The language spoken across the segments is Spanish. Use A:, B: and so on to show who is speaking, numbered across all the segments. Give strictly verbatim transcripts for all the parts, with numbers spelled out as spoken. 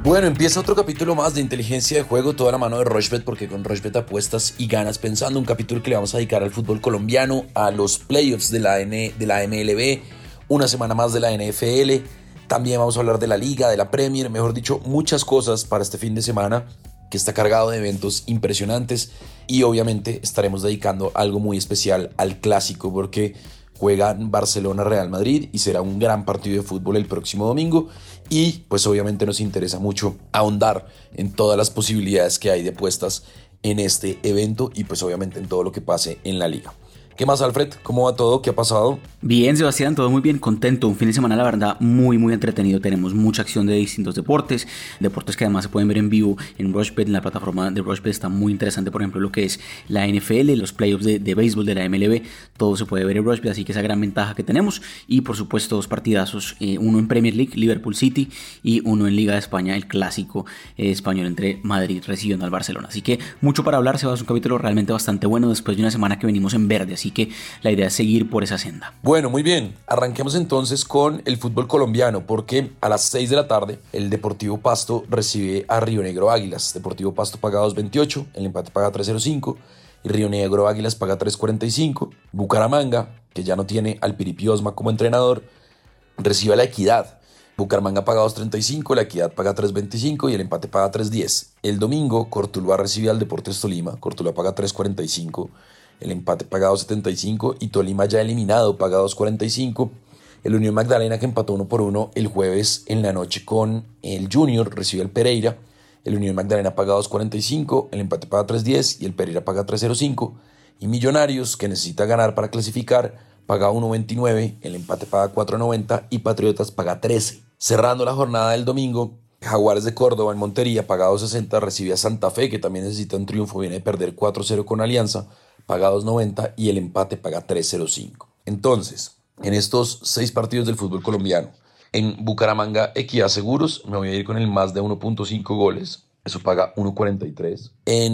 A: Bueno, empieza otro capítulo más de Inteligencia de Juego, toda la mano de Rochebet, porque con Rochebet apuestas y ganas pensando. Un capítulo que le vamos a dedicar al fútbol colombiano, a los playoffs de la, N, de la M L B, una semana más de la N F L. También vamos a hablar de la Liga, de la Premier, mejor dicho, muchas cosas para este fin de semana que está cargado de eventos impresionantes. Y obviamente estaremos dedicando algo muy especial al Clásico, porque juegan Barcelona-Real Madrid y será un gran partido de fútbol el próximo domingo. Y pues obviamente nos interesa mucho ahondar en todas las posibilidades que hay de apuestas en este evento y pues obviamente en todo lo que pase en la liga. ¿Qué más, Alfred? ¿Cómo va todo? ¿Qué ha pasado?
B: Bien, Sebastián, todo muy bien, contento. Un fin de semana, la verdad, muy, muy entretenido. Tenemos mucha acción de distintos deportes, deportes que además se pueden ver en vivo en Rochebet, en la plataforma de Rochebet. Está muy interesante, por ejemplo, lo que es la N F L, los playoffs de, de béisbol de la M L B. Todo se puede ver en Rochebet, así que esa gran ventaja que tenemos. Y, por supuesto, dos partidazos, eh, uno en Premier League, Liverpool City, y uno en Liga de España, el clásico eh, español entre Madrid recibiendo al Barcelona. Así que mucho para hablar, Sebastián, un capítulo realmente bastante bueno después de una semana que venimos en verde. Así que la idea es seguir por esa senda.
A: Bueno, muy bien. Arranquemos entonces con el fútbol colombiano, porque a las seis de la tarde el Deportivo Pasto recibe a Río Negro Águilas. Deportivo Pasto paga dos veintiocho, el empate paga tres cero cinco y Río Negro Águilas paga tres cuarenta y cinco. Bucaramanga, que ya no tiene al Piripi Osma como entrenador, recibe a La Equidad. Bucaramanga paga dos treinta y cinco, La Equidad paga tres veinticinco y el empate paga tres diez. El domingo Cortuluá recibe al Deportes Tolima, Cortuluá paga tres cuarenta y cinco. El empate paga dos setenta y cinco y Tolima ya eliminado paga dos cuarenta y cinco. El Unión Magdalena, que empató uno por uno el jueves en la noche con el Junior, recibe al Pereira. El Unión Magdalena paga dos cuarenta y cinco, el empate paga tres diez y el Pereira paga tres cero cinco. Y Millonarios, que necesita ganar para clasificar, paga uno veintinueve, el empate paga cuatro noventa y Patriotas paga trece. Cerrando la jornada del domingo, Jaguares de Córdoba en Montería paga dos sesenta, recibe a Santa Fe, que también necesita un triunfo, viene de perder cuatro cero con Alianza, paga dos noventa y el empate paga tres cero cinco. Entonces, en estos seis partidos del fútbol colombiano, en Bucaramanga Equidad Seguros me voy a ir con el más de uno punto cinco goles, eso paga uno cuarenta y tres.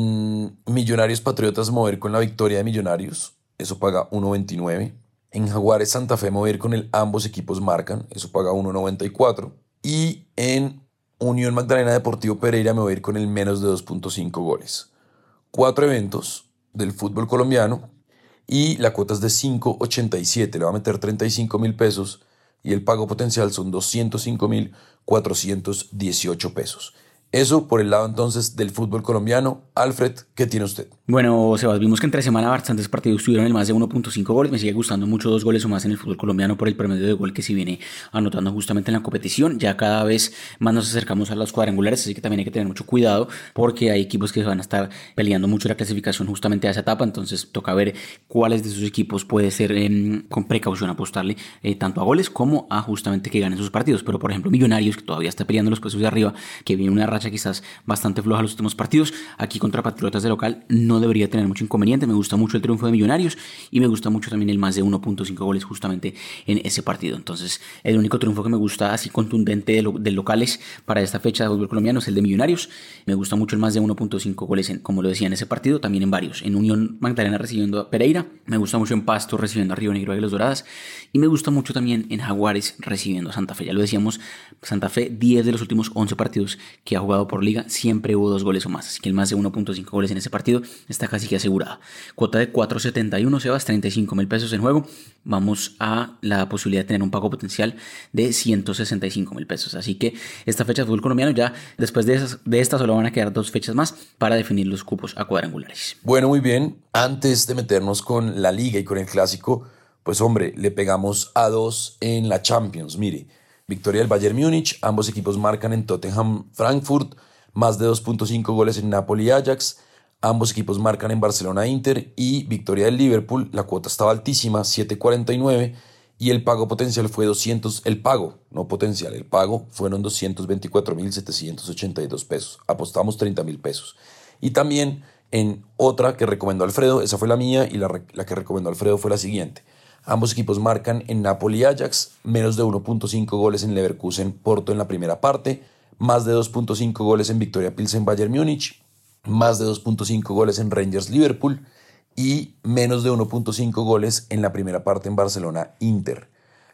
A: En Millonarios Patriotas me voy a ir con la victoria de Millonarios, eso paga uno veintinueve. En Jaguares Santa Fe me voy a ir con el ambos equipos marcan, eso paga uno noventa y cuatro. Y en Unión Magdalena Deportivo Pereira me voy a ir con el menos de dos punto cinco goles. Cuatro eventos del fútbol colombiano y la cuota es de cinco ochenta y siete, le va a meter treinta y cinco mil pesos y el pago potencial son doscientos cinco mil cuatrocientos dieciocho pesos. Eso por el lado entonces del fútbol colombiano. Alfred, ¿qué tiene usted?
B: Bueno, Sebas, vimos que entre semana bastantes partidos tuvieron el más de uno punto cinco goles. Me sigue gustando mucho dos goles o más en el fútbol colombiano por el promedio de gol que se viene anotando justamente en la competición. Ya cada vez más nos acercamos a los cuadrangulares, así que también hay que tener mucho cuidado porque hay equipos que van a estar peleando mucho la clasificación justamente a esa etapa. Entonces toca ver cuáles de sus equipos puede ser eh, con precaución apostarle eh, tanto a goles como a justamente que ganen sus partidos. Pero por ejemplo Millonarios, que todavía está peleando los puestos de arriba, que viene una racha quizás bastante floja los últimos partidos, aquí contra Patriotas de local no debería tener mucho inconveniente. Me gusta mucho el triunfo de Millonarios y me gusta mucho también el más de uno punto cinco goles justamente en ese partido. Entonces el único triunfo que me gusta así contundente de, lo, de locales para esta fecha de fútbol colombiano es el de Millonarios. Me gusta mucho el más de uno punto cinco goles en, como lo decía, en ese partido, también en varios. En Unión Magdalena recibiendo a Pereira, me gusta mucho en Pasto recibiendo a Río Negro Águilas Doradas y me gusta mucho también en Jaguares recibiendo a Santa Fe. Ya lo decíamos, Santa Fe diez de los últimos once partidos que ha jugado por liga siempre hubo dos goles o más, así que el más de uno punto cinco goles en ese partido está casi que asegurada. Cuota de cuatro setenta y uno, Sebas, treinta y cinco mil pesos en juego. Vamos a la posibilidad de tener un pago potencial de ciento sesenta y cinco mil pesos, así que esta fecha de fútbol colombiano ya después de, esas, de esta solo van a quedar dos fechas más para definir los cupos a cuadrangulares.
A: Bueno, muy bien, antes de meternos con la liga y con el clásico, pues hombre, le pegamos a dos en la Champions. Mire, victoria del Bayern Múnich, ambos equipos marcan en Tottenham Frankfurt, más de dos punto cinco goles en Napoli Ajax, ambos equipos marcan en Barcelona Inter y victoria del Liverpool, la cuota estaba altísima, siete cuarenta y nueve y el pago potencial fue doscientos, el pago, no potencial, el pago fueron doscientos veinticuatro mil setecientos ochenta y dos pesos, apostamos treinta mil pesos. Y también en otra que recomendó Alfredo, esa fue la mía y la, la que recomendó Alfredo fue la siguiente. Ambos equipos marcan en Napoli Ajax, menos de uno punto cinco goles en Leverkusen Porto en la primera parte, más de dos punto cinco goles en Victoria Pilsen Bayern Múnich, más de dos punto cinco goles en Rangers Liverpool y menos de uno punto cinco goles en la primera parte en Barcelona Inter.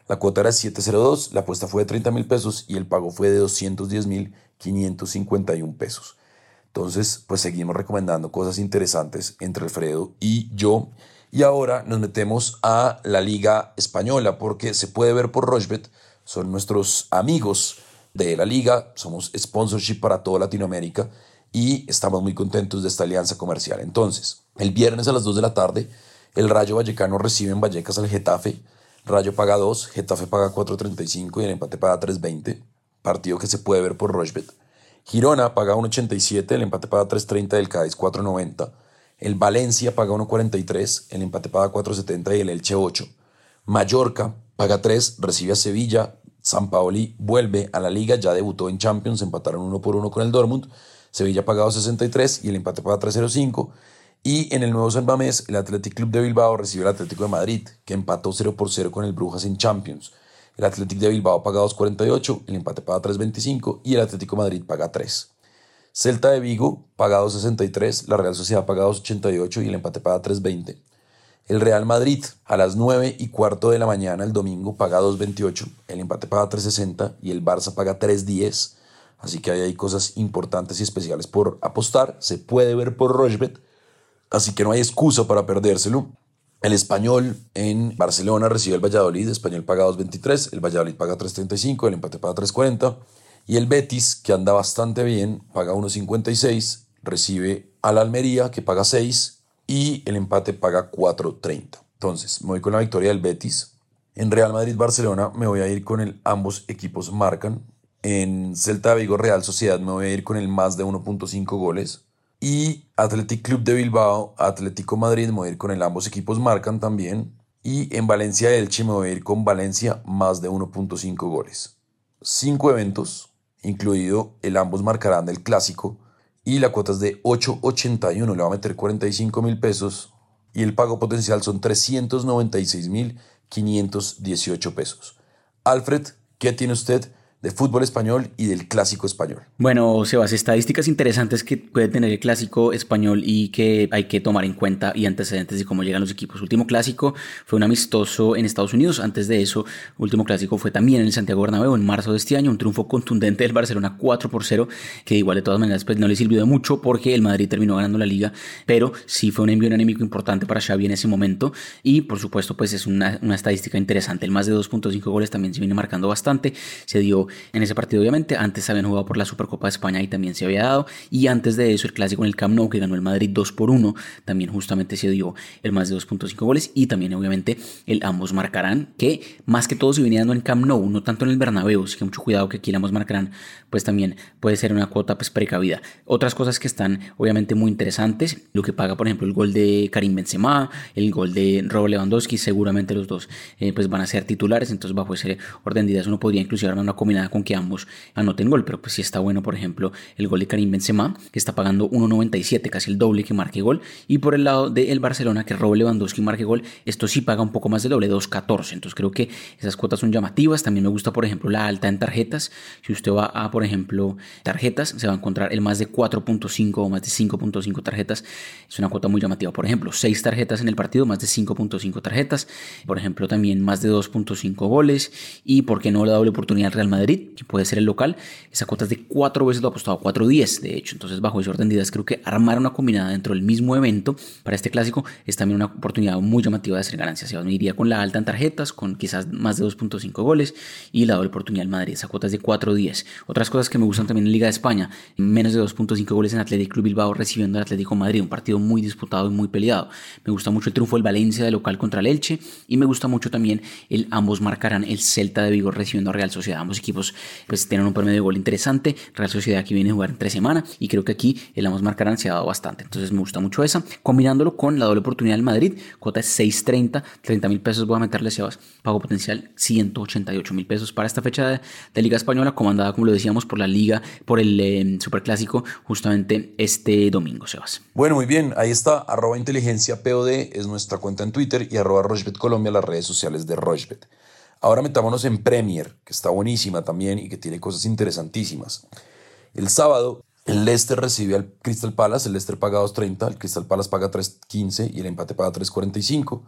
A: La cuota era siete cero dos, la apuesta fue de treinta mil pesos y el pago fue de doscientos diez mil quinientos cincuenta y un pesos. Entonces, pues seguimos recomendando cosas interesantes entre Alfredo y yo. Y ahora nos metemos a la Liga Española porque se puede ver por Rochebet. Son nuestros amigos de la liga, somos sponsorship para toda Latinoamérica y estamos muy contentos de esta alianza comercial. Entonces, el viernes a las dos de la tarde, el Rayo Vallecano recibe en Vallecas al Getafe. Rayo paga dos, Getafe paga cuatro treinta y cinco y el empate paga tres veinte. Partido que se puede ver por Rochebet. Girona paga uno ochenta y siete, el empate paga tres treinta y el Cádiz cuatro noventa. El Valencia paga uno cuarenta y tres, el empate paga cuatro setenta y el Elche ocho. Mallorca paga tres, recibe a Sevilla. Sampaoli vuelve a la liga, ya debutó en Champions, empataron uno por uno con el Dortmund. Sevilla paga dos sesenta y tres y el empate paga tres cero cinco. Y en el nuevo San Mamés, el Athletic Club de Bilbao recibe al Atlético de Madrid, que empató cero por cero con el Brujas en Champions. El Athletic de Bilbao paga dos cuarenta y ocho, el empate paga tres veinticinco y el Atlético de Madrid paga tres. Celta de Vigo paga dos sesenta y tres, la Real Sociedad paga dos ochenta y ocho y el empate paga tres veinte. El Real Madrid a las nueve y cuarto de la mañana el domingo paga dos veintiocho, el empate paga tres sesenta y el Barça paga tres diez. Así que ahí hay cosas importantes y especiales por apostar. Se puede ver por Rochebet, así que no hay excusa para perdérselo. El Español en Barcelona recibe el Valladolid, el Español paga dos veintitrés, el Valladolid paga tres treinta y cinco, el empate paga tres cuarenta. Y el Betis, que anda bastante bien, paga uno cincuenta y seis, recibe al Almería, que paga seis, y el empate paga cuatro treinta. Entonces, me voy con la victoria del Betis. En Real Madrid-Barcelona me voy a ir con el ambos equipos marcan. En Celta de Vigo Real Sociedad me voy a ir con el más de uno punto cinco goles. Y Athletic Club de Bilbao, Atlético Madrid, me voy a ir con el ambos equipos marcan también. Y en Valencia Elche me voy a ir con Valencia más de uno punto cinco goles. Cinco eventos, incluido el ambos marcarán del clásico. Y la cuota es de ocho ochenta y uno, le va a meter cuarenta y cinco mil pesos. Y el pago potencial son trescientos noventa y seis mil quinientos dieciocho pesos. Alfred, ¿qué tiene usted de fútbol español y del clásico español?
B: Bueno, Sebas, estadísticas interesantes que puede tener el clásico español y que hay que tomar en cuenta y antecedentes de cómo llegan los equipos. Último clásico fue un amistoso en Estados Unidos. Antes de eso, último clásico fue también en el Santiago Bernabéu en marzo de este año. Un triunfo contundente del Barcelona cuatro por cero, que igual de todas maneras pues, no le sirvió de mucho porque el Madrid terminó ganando la Liga, pero sí fue un envío anímico importante para Xavi en ese momento y por supuesto pues es una, una estadística interesante. El más de dos punto cinco goles también se viene marcando bastante. Se dio en ese partido obviamente, antes habían jugado por la Supercopa de España y también se había dado, y antes de eso el clásico en el Camp Nou que ganó el Madrid dos por uno, también justamente se dio el más de dos punto cinco goles y también obviamente el ambos marcarán, que más que todo se viene dando en Camp Nou, no tanto en el Bernabéu, así que mucho cuidado que aquí el ambos marcarán pues también puede ser una cuota pues precavida. Otras cosas que están obviamente muy interesantes, lo que paga por ejemplo el gol de Karim Benzema, el gol de Robert Lewandowski, seguramente los dos eh, pues van a ser titulares, entonces bajo ese orden de ideas uno podría inclusive armar una combinada con que ambos anoten gol, pero pues sí está bueno por ejemplo el gol de Karim Benzema que está pagando uno noventa y siete, casi el doble que marque gol, y por el lado del Barcelona que Robert Lewandowski marque gol, esto sí paga un poco más del doble, dos catorce, entonces creo que esas cuotas son llamativas. También me gusta por ejemplo la alta en tarjetas. Si usted va a por ejemplo tarjetas, se va a encontrar el más de cuatro punto cinco o más de cinco punto cinco tarjetas, es una cuota muy llamativa. Por ejemplo seis tarjetas en el partido, más de cinco punto cinco tarjetas, por ejemplo también más de dos punto cinco goles, y por qué no la doble oportunidad al Real Madrid, que puede ser el local, esa cuota es de cuatro veces lo apostado, cuatro diez de hecho. Entonces bajo ese orden de ideas creo que armar una combinada dentro del mismo evento para este clásico es también una oportunidad muy llamativa de hacer ganancias. Se me iría con la alta en tarjetas, con quizás más de dos punto cinco goles, y la doble oportunidad al Madrid, esa cuota es de cuatro diez. Otras cosas que me gustan también en Liga de España, menos de dos punto cinco goles en Athletic Club Bilbao recibiendo al Atlético de Madrid, un partido muy disputado y muy peleado. Me gusta mucho el triunfo del Valencia de local contra el Elche, y me gusta mucho también el ambos marcarán, el Celta de Vigo recibiendo a Real Sociedad. Ambos equipos pues tienen un promedio de gol interesante. Real Sociedad que viene a jugar entre semana y creo que aquí el ambos marcarán se ha dado bastante, entonces me gusta mucho esa, combinándolo con la doble oportunidad del Madrid, cuota es seis treinta, treinta mil pesos voy a meterle, Sebas, pago potencial ciento ochenta y ocho mil pesos para esta fecha de, de Liga Española, comandada como lo decíamos por la Liga, por el eh, Superclásico justamente este domingo, Sebas.
A: Bueno, muy bien, ahí está, arroba inteligencia P O D es nuestra cuenta en Twitter y arroba Rochebet Colombia las redes sociales de Rochebet. Ahora metámonos en Premier, que está buenísima también y que tiene cosas interesantísimas. El sábado, el Leicester recibe al Crystal Palace, el Leicester paga dos treinta, el Crystal Palace paga tres quince y el empate paga tres cuarenta y cinco.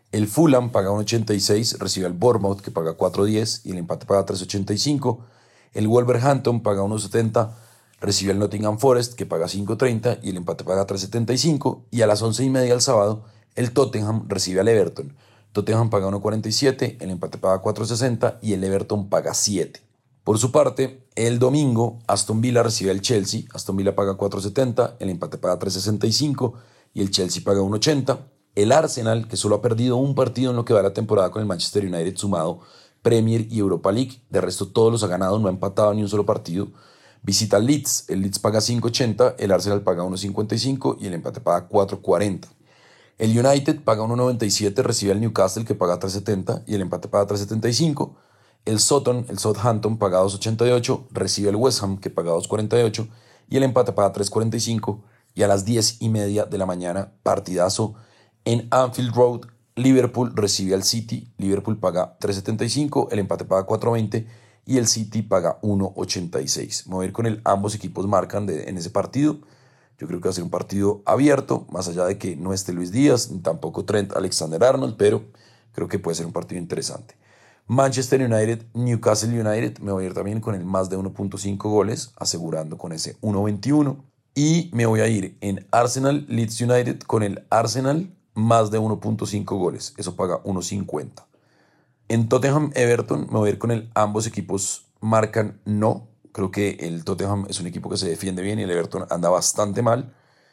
A: El Fulham paga uno ochenta y seis, recibe al Bournemouth que paga cuatro diez y el empate paga tres ochenta y cinco. El Wolverhampton paga uno setenta, recibe al Nottingham Forest que paga cinco treinta y el empate paga tres setenta y cinco. Y a las once y media del sábado el Tottenham recibe al Everton. Tottenham paga uno cuarenta y siete, el empate paga cuatro sesenta y el Everton paga siete. Por su parte, el domingo Aston Villa recibe al Chelsea. Aston Villa paga cuatro setenta, el empate paga tres sesenta y cinco y el Chelsea paga uno ochenta. El Arsenal, que solo ha perdido un partido en lo que va de la temporada con el Manchester United sumado Premier y Europa League, de resto todos los ha ganado, no ha empatado ni un solo partido, visita al Leeds. El Leeds paga cinco ochenta, el Arsenal paga uno cincuenta y cinco y el empate paga cuatro cuarenta. El United paga uno noventa y siete, recibe al Newcastle que paga tres setenta y el empate paga tres setenta y cinco. El Southampton, el Southampton paga dos ochenta y ocho, recibe al West Ham que paga dos cuarenta y ocho y el empate paga tres cuarenta y cinco. Y a las diez y media de la mañana, partidazo en Anfield Road, Liverpool recibe al City. Liverpool paga tres setenta y cinco, el empate paga cuatro veinte y el City paga uno ochenta y seis. Me voy a ir con el ambos equipos marcan de, en ese partido. Yo creo que va a ser un partido abierto, más allá de que no esté Luis Díaz, ni tampoco Trent Alexander-Arnold, pero creo que puede ser un partido interesante. Manchester United, Newcastle United, me voy a ir también con el más de uno punto cinco goles, asegurando con ese uno veintiuno. Y me voy a ir en Arsenal, Leeds United, con el Arsenal más de uno punto cinco goles, eso paga uno cincuenta. En Tottenham Everton me voy a ir con el ambos equipos marcan no. Creo que el Tottenham es un equipo que se defiende bien y el Everton anda bastante mal.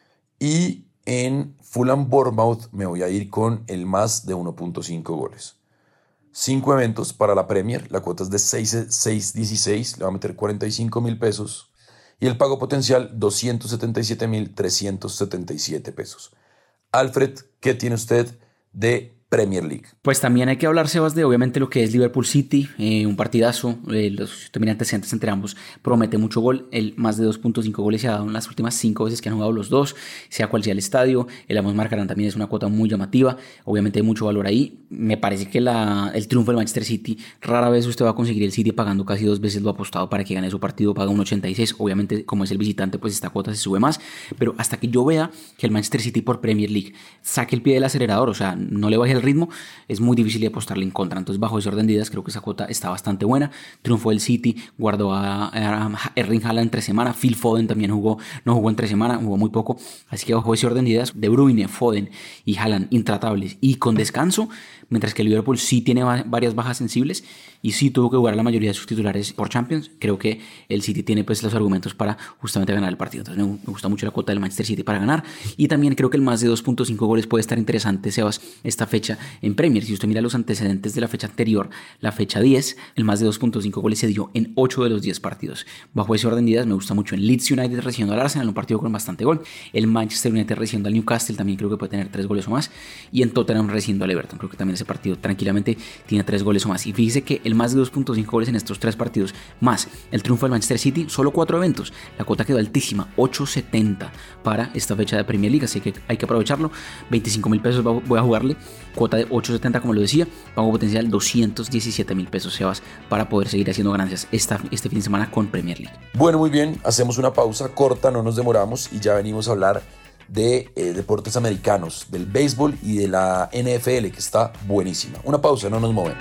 A: Y en Fulham Bournemouth me voy a ir con el más de uno punto cinco goles. Cinco eventos para la Premier, la cuota es de seis dieciséis, le va a meter cuarenta y cinco mil pesos. Y el pago potencial doscientos setenta y siete mil trescientos setenta y siete pesos. Alfred, ¿qué tiene usted de Premier League?
B: Pues también hay que hablar, Sebas, de obviamente lo que es Liverpool City, eh, un partidazo, eh, los también antecedentes entre ambos promete mucho gol, el más de dos punto cinco goles se ha dado en las últimas cinco veces que han jugado los dos, sea cual sea el estadio, el ambos marcarán también es una cuota muy llamativa, obviamente hay mucho valor ahí, me parece que la, el triunfo del Manchester City, rara vez usted va a conseguir el City pagando casi dos veces lo apostado para que gane su partido, paga un ochenta y seis, obviamente como es el visitante pues esta cuota se sube más, pero hasta que yo vea que el Manchester City por Premier League saque el pie del acelerador, o sea, no le baje el ritmo, es muy difícil de apostarle en contra. Entonces, bajo ese orden de ideas, creo que esa cuota está bastante buena. Triunfo del City, guardó a, a Erling Haaland entre semana. Phil Foden también jugó, no jugó entre semana, jugó muy poco. Así que bajo ese orden de ideas, De Bruyne, Foden y Haaland intratables y con descanso, mientras que el Liverpool sí tiene varias bajas sensibles y sí tuvo que jugar a la mayoría de sus titulares por Champions. Creo que el City tiene pues los argumentos para justamente ganar el partido. Entonces, me, me gusta mucho la cuota del Manchester City para ganar. Y también creo que el más de dos punto cinco goles puede estar interesante, Sebas, esta fecha en Premier. Si usted mira los antecedentes de la fecha anterior, la fecha diez, el más de dos punto cinco goles se dio en ocho de los diez partidos. Bajo ese orden de ideas me gusta mucho en Leeds United recibiendo al Arsenal, un partido con bastante gol. El Manchester United recibiendo al Newcastle, también creo que puede tener tres goles o más. Y en Tottenham recibiendo al Everton, creo que también ese partido tranquilamente tiene tres goles o más. Y fíjese que el más de dos punto cinco goles en estos tres partidos, más el triunfo del Manchester City, solo cuatro eventos. La cuota quedó altísima, ocho setenta para esta fecha de Premier League, así que hay que aprovecharlo. veinticinco mil pesos voy a jugarle, cuota de ocho setenta como lo decía, pago potencial doscientos diecisiete mil pesos, Sebas, para poder seguir haciendo ganancias esta, este fin de semana con Premier League.
A: Bueno, muy bien, hacemos una pausa corta, no nos demoramos y ya venimos a hablar de eh, deportes americanos, del béisbol y de la N F L, que está buenísima. Una pausa, no nos movemos.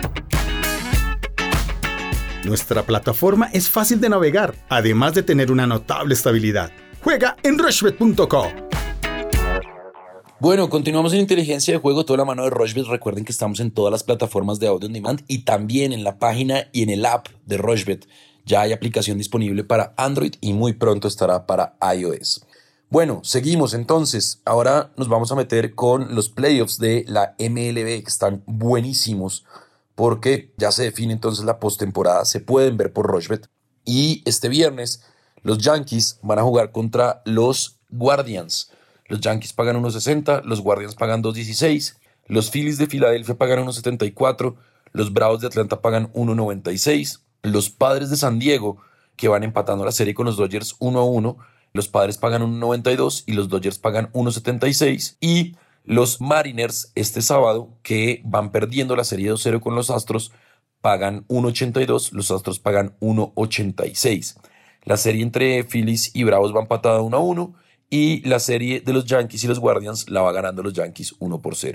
C: Nuestra plataforma es fácil de navegar, además de tener una notable estabilidad. Juega en rushbet punto co.
A: Bueno, continuamos en Inteligencia de Juego, toda la mano de Rushbet. Recuerden que estamos en todas las plataformas de audio on demand y también en la página y en el app de Rushbet. Ya hay aplicación disponible para Android y muy pronto estará para iOS. Bueno, seguimos entonces. Ahora nos vamos a meter con los playoffs de la M L B, que están buenísimos porque ya se define entonces la postemporada. Se pueden ver por Rushbet. Y este viernes los Yankees van a jugar contra los Guardians. Los Yankees pagan uno sesenta, los Guardians pagan dos dieciséis, los Phillies de Filadelfia pagan uno setenta y cuatro, los Bravos de Atlanta pagan uno noventa y seis, los Padres de San Diego, que van empatando la serie con los Dodgers uno a uno, los Padres pagan uno noventa y dos y los Dodgers pagan uno setenta y seis, y los Mariners este sábado, que van perdiendo la serie dos cero con los Astros, pagan uno ochenta y dos, los Astros pagan uno ochenta y seis. La serie entre Phillies y Bravos va empatada uno a uno, y la serie de los Yankees y los Guardians la va ganando los Yankees uno por cero.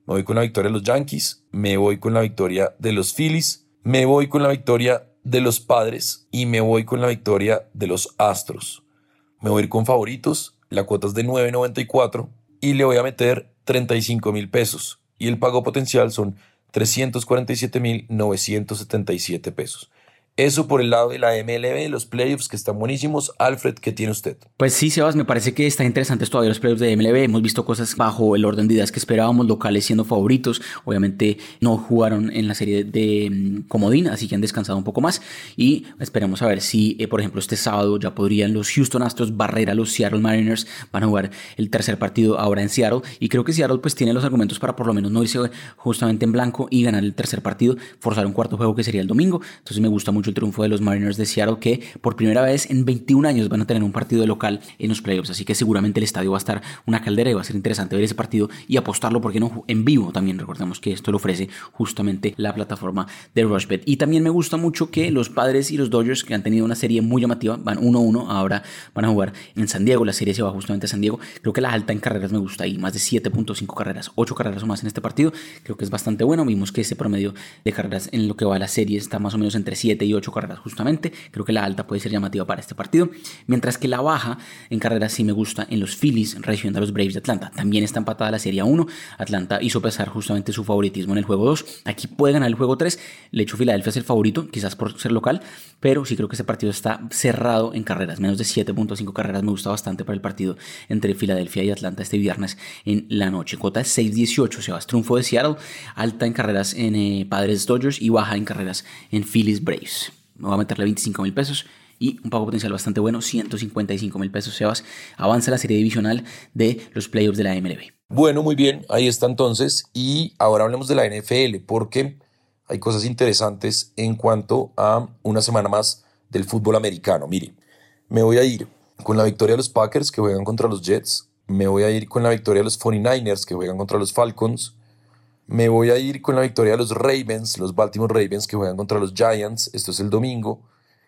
A: me voy con la victoria de los Yankees, me voy con la victoria de los Phillies, me voy con la victoria de los Padres y me voy con la victoria de los Astros. Me voy a ir con favoritos, la cuota es de nueve noventa y cuatro y le voy a meter treinta y cinco mil pesos y el pago potencial son trescientos cuarenta y siete mil novecientos setenta y siete pesos. Eso por el lado de la M L B, los playoffs que están buenísimos. Alfred, ¿qué tiene usted?
B: Pues sí, Sebas, me parece que están interesantes todavía los playoffs de M L B. Hemos visto cosas bajo el orden de ideas que esperábamos, locales siendo favoritos. Obviamente no jugaron en la serie de um, comodín, así que han descansado un poco más. Y esperamos a ver si, eh, por ejemplo, este sábado ya podrían los Houston Astros barrer a los Seattle Mariners. Van a jugar el tercer partido ahora en Seattle. Y creo que Seattle pues tiene los argumentos para por lo menos no irse justamente en blanco y ganar el tercer partido, forzar un cuarto juego que sería el domingo. Entonces me gusta mucho el triunfo de los Mariners de Seattle, que por primera vez en veintiún años van a tener un partido de local en los playoffs, así que seguramente el estadio va a estar una caldera y va a ser interesante ver ese partido y apostarlo, porque no, en vivo también. Recordemos que esto lo ofrece justamente la plataforma de RushBet. Y también me gusta mucho que los Padres y los Dodgers, que han tenido una serie muy llamativa, van uno a uno, ahora van a jugar en San Diego. La serie se va justamente a San Diego. Creo que la alta en carreras me gusta ahí, más de siete punto cinco carreras, ocho carreras o más en este partido. Creo que es bastante bueno. Vimos que ese promedio de carreras en lo que va a la serie está más o menos entre siete y ocho carreras justamente. Creo que la alta puede ser llamativa para este partido, mientras que la baja en carreras sí me gusta en los Phillies recibiendo a los Braves de Atlanta. También está empatada la serie a uno. Atlanta hizo pesar justamente su favoritismo en el juego dos. Aquí puede ganar el juego tres. Le hecho Filadelfia es el favorito, quizás por ser local, pero sí creo que este partido está cerrado en carreras. Menos de siete punto cinco carreras me gusta bastante para el partido entre Filadelfia y Atlanta este viernes en la noche. Cuota es seis dieciocho. Se va triunfo de Seattle, alta en carreras en eh, Padres Dodgers y baja en carreras en Phillies Braves. Me voy a meterle veinticinco mil pesos y un pago potencial bastante bueno, ciento cincuenta y cinco mil pesos. Sebas, avanza la serie divisional de los playoffs de la M L B.
A: Bueno, muy bien, ahí está entonces. Y ahora hablemos de la N F L, porque hay cosas interesantes en cuanto a una semana más del fútbol americano. Mire, me voy a ir con la victoria de los Packers, que juegan contra los Jets. Me voy a ir con la victoria de los cuarenta y nueve ers, que juegan contra los Falcons. Me voy a ir con la victoria de los Ravens, los Baltimore Ravens, que juegan contra los Giants. Esto es el domingo.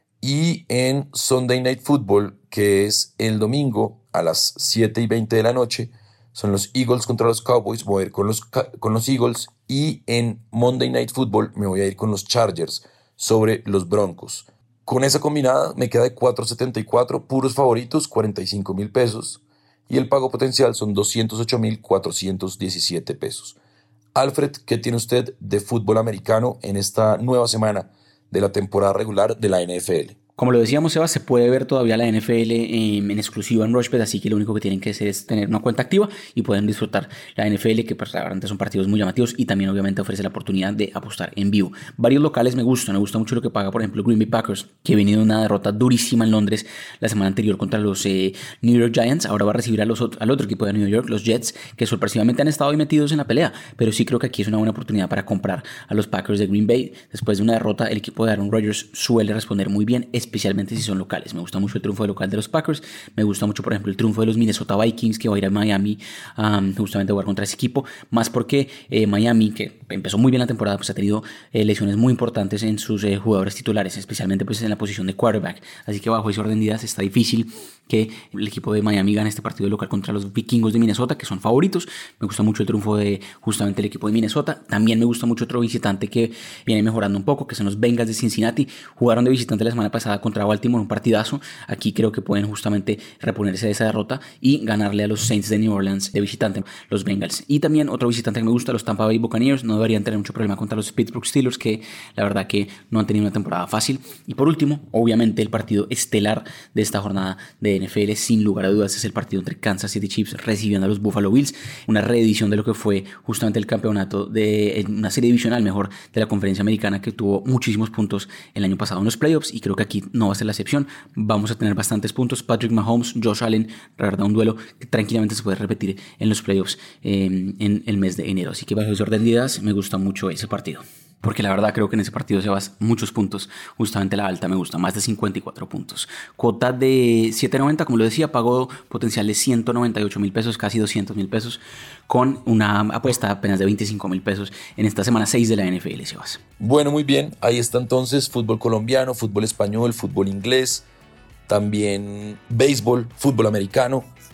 A: Y en Sunday Night Football, que es el domingo a las siete y veinte de la noche, son los Eagles contra los Cowboys. Voy a ir con los, con los Eagles. Y en Monday Night Football me voy a ir con los Chargers sobre los Broncos. Con esa combinada me queda de cuatro setenta y cuatro, puros favoritos, cuarenta y cinco mil pesos. Y el pago potencial son doscientos ocho mil cuatrocientos diecisiete pesos. Alfred, ¿qué tiene usted de fútbol americano en esta nueva semana de la temporada regular de la N F L?
B: Como lo decíamos, Sebas, se puede ver todavía la N F L en, en exclusiva en RushBet, así que lo único que tienen que hacer es tener una cuenta activa y pueden disfrutar la N F L, que pues, realmente son partidos muy llamativos y también obviamente ofrece la oportunidad de apostar en vivo. Varios locales me gustan, me gusta mucho lo que paga, por ejemplo, Green Bay Packers, que ha venido de una derrota durísima en Londres la semana anterior contra los eh, New York Giants. Ahora va a recibir a los, al otro equipo de New York, los Jets, que sorpresivamente han estado ahí metidos en la pelea, pero sí creo que aquí es una buena oportunidad para comprar a los Packers de Green Bay. Después de una derrota, el equipo de Aaron Rodgers suele responder muy bien, especialmente si son locales. Me gusta mucho el triunfo de local de los Packers. Me gusta mucho, por ejemplo, el triunfo de los Minnesota Vikings, que va a ir a Miami um, justamente a jugar contra ese equipo. Más porque eh, Miami, que empezó muy bien la temporada, pues ha tenido eh, lesiones muy importantes en sus eh, jugadores titulares, especialmente pues en la posición de quarterback. Así que bajo ese orden de ideas está difícil que el equipo de Miami gane este partido local contra los Vikingos de Minnesota, que son favoritos. Me gusta mucho el triunfo de justamente el equipo de Minnesota. También me gusta mucho otro visitante que viene mejorando un poco, que son los Bengals de Cincinnati. Jugaron de visitante la semana pasada contra Baltimore, un partidazo. Aquí creo que pueden justamente reponerse de esa derrota y ganarle a los Saints de New Orleans de visitante, los Bengals. Y también otro visitante que me gusta, los Tampa Bay Buccaneers. No deberían tener mucho problema contra los Pittsburgh Steelers, que la verdad que no han tenido una temporada fácil. Y por último, obviamente el partido estelar de esta jornada de N F L, sin lugar a dudas, es el partido entre Kansas City Chiefs recibiendo a los Buffalo Bills, una reedición de lo que fue justamente el campeonato de una serie divisional mejor de la conferencia americana, que tuvo muchísimos puntos el año pasado en los playoffs, y creo que aquí no va a ser la excepción. Vamos a tener bastantes puntos. Patrick Mahomes, Josh Allen, la verdad, un duelo que tranquilamente se puede repetir en los playoffs eh, en el mes de enero, así que bajo ese orden de ideas me gusta mucho ese partido, porque la verdad creo que en ese partido se van muchos puntos. Justamente la alta me gusta, más de cincuenta y cuatro puntos. Cuota de siete noventa, como lo decía, pago potencial de ciento noventa y ocho mil pesos, casi doscientos mil pesos, con una apuesta apenas de veinticinco mil pesos en esta semana seis de la N F L, Sebas.
A: Bueno, muy bien, ahí está entonces fútbol colombiano, fútbol español, fútbol inglés, también béisbol, fútbol americano.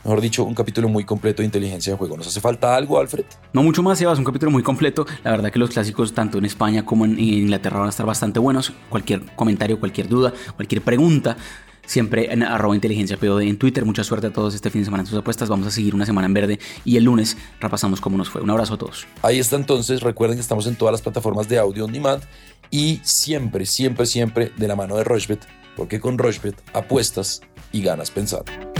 A: Mejor dicho, un capítulo muy completo de inteligencia de juego. ¿Nos hace falta algo, Alfred?
B: No mucho más, Sebas, un capítulo muy completo. La verdad que los clásicos tanto en España como en Inglaterra van a estar bastante buenos. Cualquier comentario, cualquier duda, cualquier pregunta, siempre en arroba inteligencia P O D en Twitter. Mucha suerte a todos este fin de semana en sus apuestas. Vamos a seguir una semana en verde y el lunes repasamos cómo nos fue. Un abrazo a todos.
A: Ahí está entonces. Recuerden que estamos en todas las plataformas de audio on demand y siempre, siempre, siempre de la mano de Rochebet, porque con Rochebet apuestas y ganas pensando.